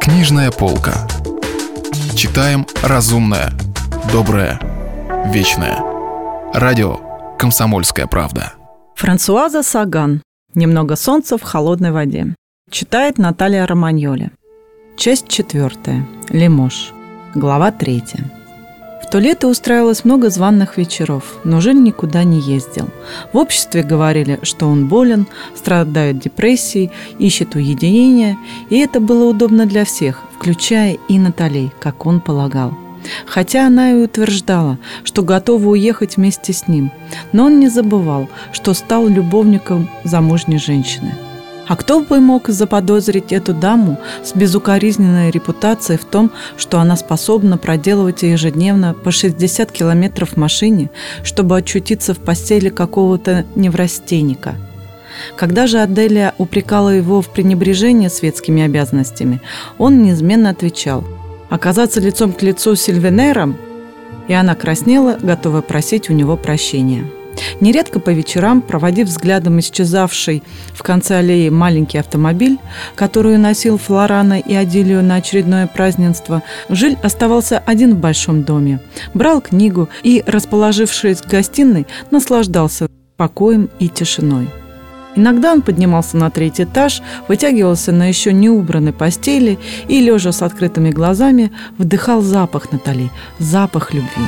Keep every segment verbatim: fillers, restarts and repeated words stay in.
Книжная полка. Читаем разумное, доброе, вечное. Радио «Комсомольская правда». Франсуаза Саган. «Немного солнца в холодной воде». Читает Наталья Романьоли. Часть четвертая. Лимож. Глава третья. В то лето устраивалось много званых вечеров, но Жиль никуда не ездил. В обществе говорили, что он болен, страдает депрессией, ищет уединения, и это было удобно для всех, включая и Натали, как он полагал. Хотя она и утверждала, что готова уехать вместе с ним, но он не забывал, что стал любовником замужней женщины. А кто бы мог заподозрить эту даму с безукоризненной репутацией в том, что она способна проделывать ежедневно по шестьдесят километров в машине, чтобы очутиться в постели какого-то неврастенника? Когда же Аделия упрекала его в пренебрежении светскими обязанностями, он неизменно отвечал: оказаться лицом к лицу с Сильвенером, и она краснела, готовая просить у него прощения. Нередко по вечерам, проводив взглядом исчезавший в конце аллеи маленький автомобиль, который носил Флорана и Адилию на очередное празднество, Жиль оставался один в большом доме, брал книгу и, расположившись в гостиной, наслаждался покоем и тишиной. Иногда он поднимался на третий этаж, вытягивался на еще не убранной постели и, лежа с открытыми глазами, вдыхал запах Натали, запах любви.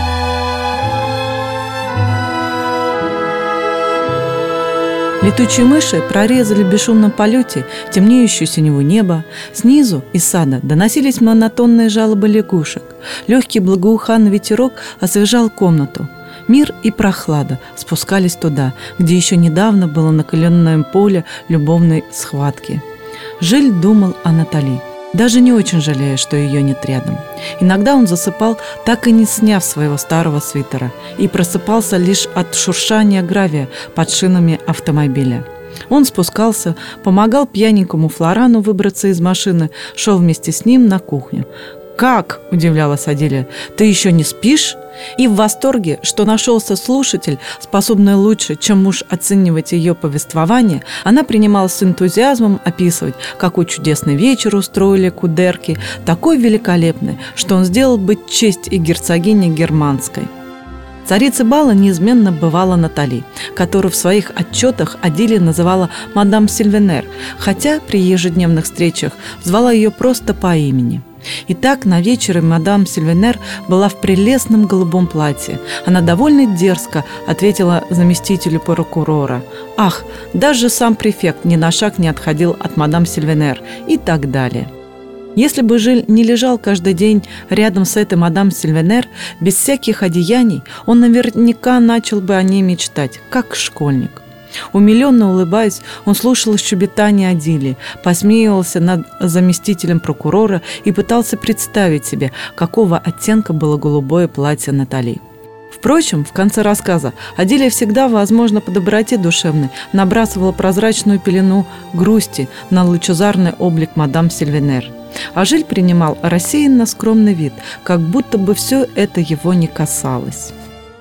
Летучие мыши прорезали в бесшумном полете темнеющую синеву небо. Снизу, из сада, доносились монотонные жалобы лягушек. Легкий благоуханный ветерок освежал комнату. Мир и прохлада спускались туда, где еще недавно было накаленное поле любовной схватки. Жиль думал о Натали, даже не очень жалея, что ее нет рядом. Иногда он засыпал, так и не сняв своего старого свитера, и просыпался лишь от шуршания гравия под шинами автомобиля. Он спускался, помогал пьяненькому Флорану выбраться из машины, шел вместе с ним на кухню. «Как?» – удивлялась Адилия. «Ты еще не спишь?» И в восторге, что нашелся слушатель, способный лучше, чем муж, оценивать ее повествование, она принималась с энтузиазмом описывать, какой чудесный вечер устроили кудерки, такой великолепный, что он сделал бы честь и герцогине Германской. Царицей бала неизменно бывала Натали, которую в своих отчетах Адилия называла мадам Сильвенер, хотя при ежедневных встречах звала ее просто по имени. Итак, на вечере мадам Сильвенер была в прелестном голубом платье. Она довольно дерзко ответила заместителю прокурора: «Ах, даже сам префект ни на шаг не отходил от мадам Сильвенер» и так далее. Если бы Жиль не лежал каждый день рядом с этой мадам Сильвенер, без всяких одеяний, он наверняка начал бы о ней мечтать, как школьник. Умиленно улыбаясь, он слушал щебетание Адилии, посмеивался над заместителем прокурора и пытался представить себе, какого оттенка было голубое платье Натали. Впрочем, в конце рассказа Адилия всегда, возможно, по доброте душевной, набрасывала прозрачную пелену грусти на лучезарный облик мадам Сильвенер. А Жиль принимал рассеянно скромный вид, как будто бы все это его не касалось.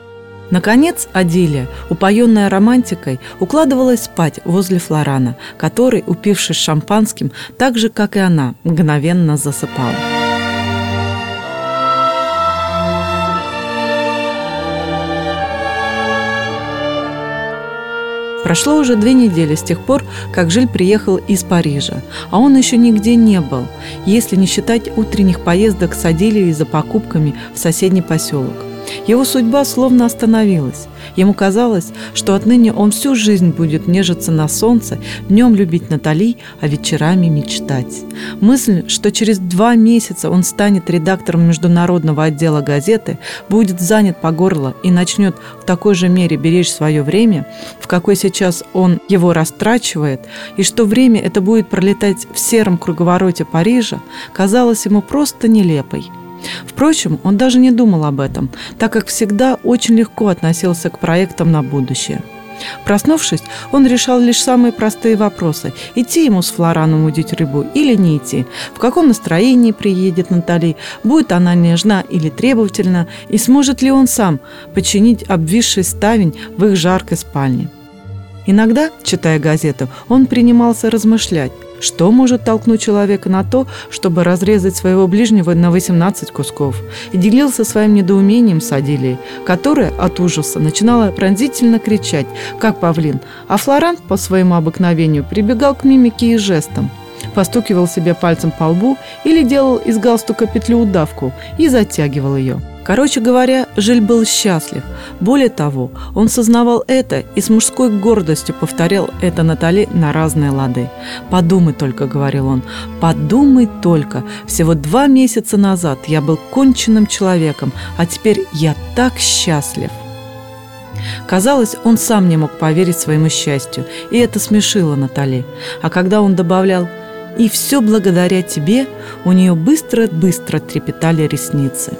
Наконец Адилия, упоенная романтикой, укладывалась спать возле Флорана, который, упившись шампанским, так же, как и она, мгновенно засыпал. Прошло уже две недели с тех пор, как Жиль приехал из Парижа, а он еще нигде не был, если не считать утренних поездок с Адилией за покупками в соседний поселок. Его судьба словно остановилась. Ему казалось, что отныне он всю жизнь будет нежиться на солнце, днем любить Натали, а вечерами мечтать. Мысль, что через два месяца он станет редактором международного отдела газеты, будет занят по горло и начнет в такой же мере беречь свое время, в какой сейчас он его растрачивает, и что время это будет пролетать в сером круговороте Парижа, казалось ему просто нелепой. Впрочем, он даже не думал об этом, так как всегда очень легко относился к проектам на будущее. Проснувшись, он решал лишь самые простые вопросы: идти ему с Флораном удить рыбу или не идти, в каком настроении приедет Натали, будет она нежна или требовательна, и сможет ли он сам починить обвисший ставень в их жаркой спальне. Иногда, читая газету, он принимался размышлять, что может толкнуть человека на то, чтобы разрезать своего ближнего на восемнадцать кусков, и делился своим недоумением с Адилией, которая от ужаса начинала пронзительно кричать, как павлин, а Флоран по своему обыкновению прибегал к мимике и жестам, постукивал себе пальцем по лбу или делал из галстука петлю-удавку и затягивал ее. Короче говоря, Жиль был счастлив. Более того, он сознавал это и с мужской гордостью повторял это Натали на разные лады. «Подумай только», — говорил он, — «подумай только. Всего два месяца назад я был конченным человеком, а теперь я так счастлив». Казалось, он сам не мог поверить своему счастью, и это смешило Натали. А когда он добавлял «и все благодаря тебе», у нее быстро-быстро трепетали ресницы.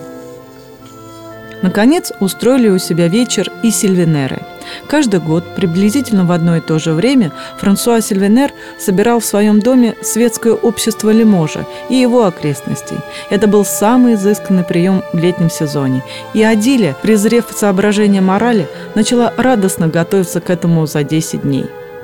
Наконец, устроили у себя вечер и Сильвенеры. Каждый год, приблизительно в одно и то же время, Франсуа Сильвенер собирал в своем доме светское общество Лиможа и его окрестностей. Это был самый изысканный прием в летнем сезоне. И Адиля, презрев соображения морали, начала радостно готовиться к этому за десять дней.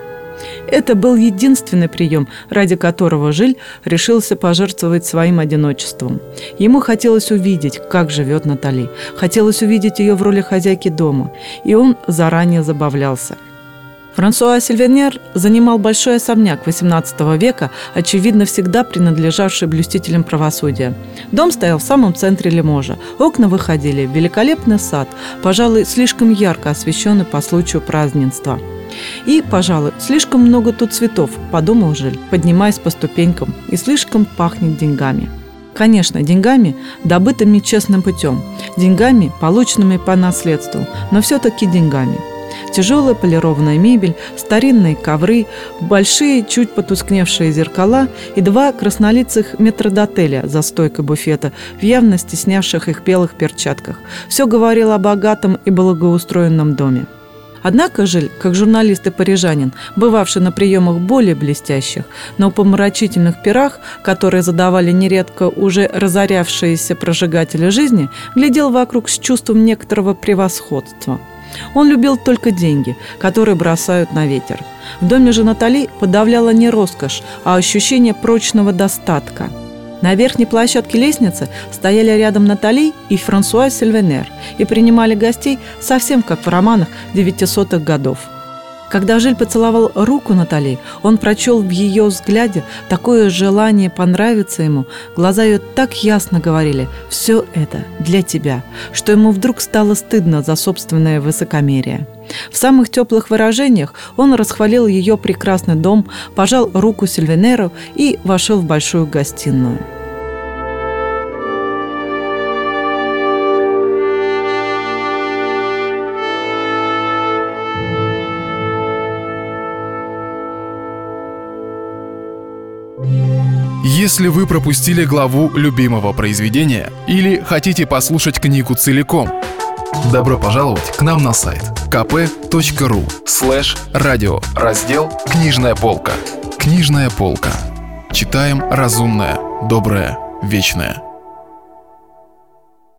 Это был единственный прием, ради которого Жиль решился пожертвовать своим одиночеством. Ему хотелось увидеть, как живет Натали, хотелось увидеть ее в роли хозяйки дома, и он заранее забавлялся. Франсуа Сильвенер занимал большой особняк восемнадцатого века, очевидно, всегда принадлежавший блюстителям правосудия. Дом стоял в самом центре Лиможа. Окна выходили в великолепный сад, пожалуй, слишком ярко освещенный по случаю празднества. «И, пожалуй, слишком много тут цветов», – подумал Жиль, поднимаясь по ступенькам, – «и слишком пахнет деньгами». Конечно, деньгами, добытыми честным путем, деньгами, полученными по наследству, но все-таки деньгами. Тяжелая полированная мебель, старинные ковры, большие, чуть потускневшие зеркала и два краснолицых метрдотеля за стойкой буфета в явно стеснявших их белых перчатках. Все говорило о богатом и благоустроенном доме. Однако Жиль, как журналист и парижанин, бывавший на приемах более блестящих, но помрачительных пирах, которые задавали нередко уже разорявшиеся прожигатели жизни, глядел вокруг с чувством некоторого превосходства. Он любил только деньги, которые бросают на ветер. В доме же Натали подавляла не роскошь, а ощущение прочного достатка. На верхней площадке лестницы стояли рядом Натали и Франсуа Сильвенер и принимали гостей совсем как в романах девятисотых годов. Когда Жиль поцеловал руку Натали, он прочел в ее взгляде такое желание понравиться ему, глаза ее так ясно говорили «все это для тебя», что ему вдруг стало стыдно за собственное высокомерие. В самых теплых выражениях он расхвалил ее прекрасный дом, пожал руку Сильвенеру и вошел в большую гостиную. Если вы пропустили главу любимого произведения или хотите послушать книгу целиком, добро пожаловать к нам на сайт ка пэ точка ру слэш радио, раздел «Книжная полка». Книжная полка. Читаем разумное, доброе, вечное.